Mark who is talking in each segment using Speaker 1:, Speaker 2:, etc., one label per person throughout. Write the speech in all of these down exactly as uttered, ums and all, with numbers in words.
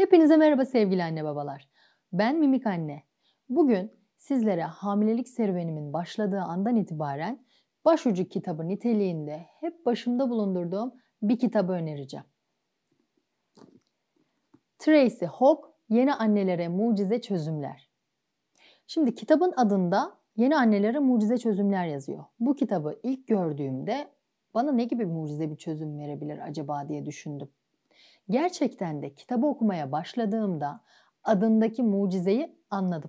Speaker 1: Hepinize merhaba sevgili anne babalar. Ben Mimik Anne. Bugün sizlere hamilelik serüvenimin başladığı andan itibaren başucu kitabı niteliğinde hep başımda bulundurduğum bir kitabı önereceğim. Tracy Hogg, Yeni Annelere Mucize Çözümler. Şimdi kitabın adında Yeni Annelere Mucize Çözümler yazıyor. Bu kitabı ilk gördüğümde bana ne gibi mucize bir çözüm verebilir acaba diye düşündüm. Gerçekten de kitabı okumaya başladığımda adındaki mucizeyi anladım.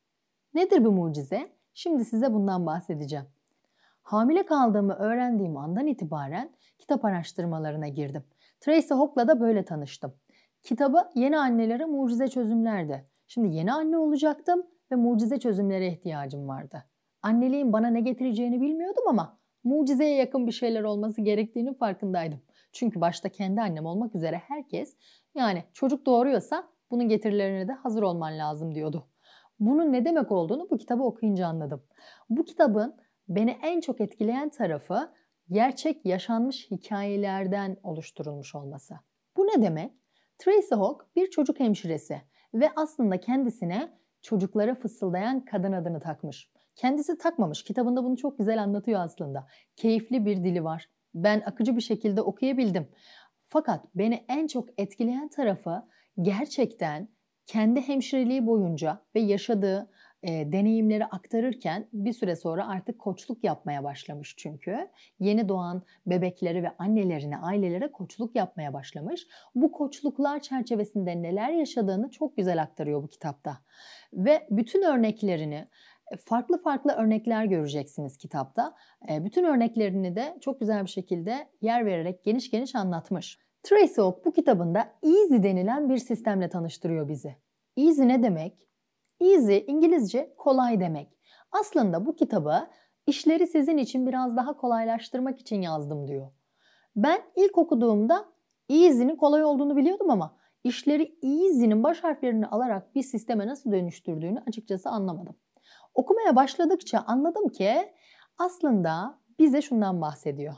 Speaker 1: Nedir bu mucize? Şimdi size bundan bahsedeceğim. Hamile kaldığımı öğrendiğim andan itibaren kitap araştırmalarına girdim. Tracy Hogg'la da böyle tanıştım. Kitabı Yeni Annelere Mucize Çözümlerdi. Şimdi yeni anne olacaktım ve mucize çözümlere ihtiyacım vardı. Anneliğin bana ne getireceğini bilmiyordum ama mucizeye yakın bir şeyler olması gerektiğinin farkındaydım. Çünkü başta kendi annem olmak üzere herkes, yani çocuk doğuruyorsa bunun getirilerine de hazır olman lazım diyordu. Bunun ne demek olduğunu bu kitabı okuyunca anladım. Bu kitabın beni en çok etkileyen tarafı gerçek yaşanmış hikayelerden oluşturulmuş olması. Bu ne demek? Tracy Hogg bir çocuk hemşiresi ve aslında kendisine çocuklara fısıldayan kadın adını takmış. Kendisi takmamış. Kitabında bunu çok güzel anlatıyor aslında. Keyifli bir dili var. Ben akıcı bir şekilde okuyabildim. Fakat beni en çok etkileyen tarafı gerçekten kendi hemşireliği boyunca ve yaşadığı e, deneyimleri aktarırken bir süre sonra artık koçluk yapmaya başlamış çünkü. Yeni doğan bebekleri ve annelerine, ailelere koçluk yapmaya başlamış. Bu koçluklar çerçevesinde neler yaşadığını çok güzel aktarıyor bu kitapta. Ve bütün örneklerini, farklı farklı örnekler göreceksiniz kitapta. Bütün örneklerini de çok güzel bir şekilde yer vererek geniş geniş anlatmış. Tracy Hogg bu kitabında easy denilen bir sistemle tanıştırıyor bizi. Easy ne demek? Easy İngilizce kolay demek. Aslında bu kitabı işleri sizin için biraz daha kolaylaştırmak için yazdım diyor. Ben ilk okuduğumda easy'nin kolay olduğunu biliyordum ama işleri easy'nin baş harflerini alarak bir sisteme nasıl dönüştürdüğünü açıkçası anlamadım. Okumaya başladıkça anladım ki aslında bize şundan bahsediyor.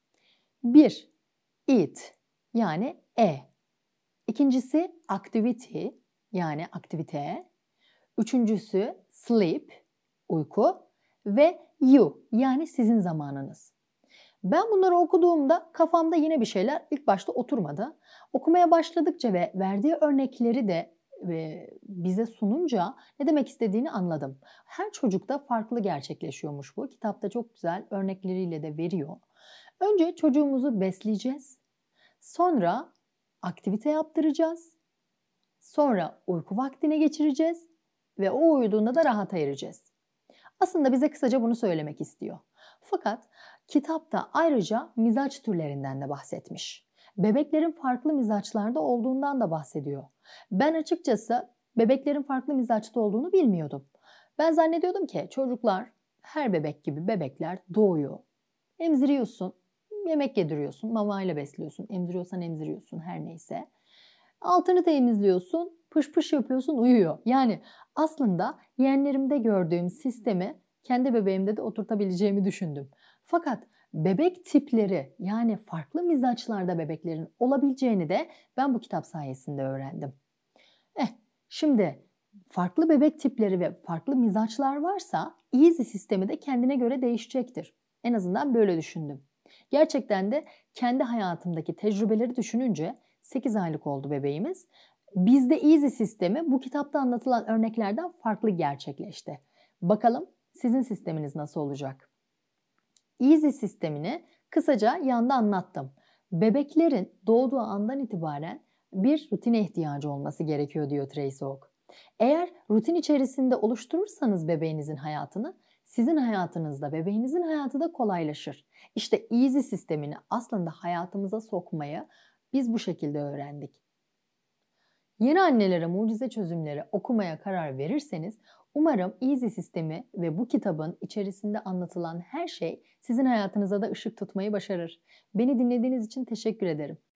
Speaker 1: bir. Eat yani E. İkincisi activity yani aktivite. Üçüncüsü sleep, uyku ve you yani sizin zamanınız. Ben bunları okuduğumda kafamda yine bir şeyler ilk başta oturmadı. Okumaya başladıkça ve verdiği örnekleri de bize sununca ne demek istediğini anladım. Her çocukta farklı gerçekleşiyormuş bu. Kitapta çok güzel örnekleriyle de veriyor. Önce çocuğumuzu besleyeceğiz. Sonra aktivite yaptıracağız. Sonra uyku vaktine geçireceğiz. Ve o uyuduğunda da rahata ereceğiz. Aslında bize kısaca bunu söylemek istiyor. Fakat kitapta ayrıca mizaç türlerinden de bahsetmiş. Bebeklerin farklı mizaçlarda olduğundan da bahsediyor. Ben açıkçası bebeklerin farklı mizaçta olduğunu bilmiyordum. Ben zannediyordum ki çocuklar her bebek gibi bebekler doğuyor. Emziriyorsun, yemek yediriyorsun, mamayla besliyorsun, emziriyorsan emziriyorsun her neyse. Altını temizliyorsun, pış pış yapıyorsun, uyuyor. Yani aslında yeğenlerimde gördüğüm sistemi kendi bebeğimde de oturtabileceğimi düşündüm. Fakat bebek tipleri yani farklı mizaçlarda bebeklerin olabileceğini de ben bu kitap sayesinde öğrendim. Eh, şimdi farklı bebek tipleri ve farklı mizaçlar varsa easy sistemi de kendine göre değişecektir. En azından böyle düşündüm. Gerçekten de kendi hayatımdaki tecrübeleri düşününce sekiz aylık oldu bebeğimiz. Bizde easy sistemi bu kitapta anlatılan örneklerden farklı gerçekleşti. Bakalım sizin sisteminiz nasıl olacak? Easy sistemini kısaca yanda anlattım. Bebeklerin doğduğu andan itibaren bir rutine ihtiyacı olması gerekiyor diyor Tracy Hogg. Eğer rutin içerisinde oluşturursanız bebeğinizin hayatını, sizin hayatınızda bebeğinizin hayatı da kolaylaşır. İşte easy sistemini aslında hayatımıza sokmayı biz bu şekilde öğrendik. Yeni annelere mucize çözümleri okumaya karar verirseniz umarım easy sistemi ve bu kitabın içerisinde anlatılan her şey sizin hayatınıza da ışık tutmayı başarır. Beni dinlediğiniz için teşekkür ederim.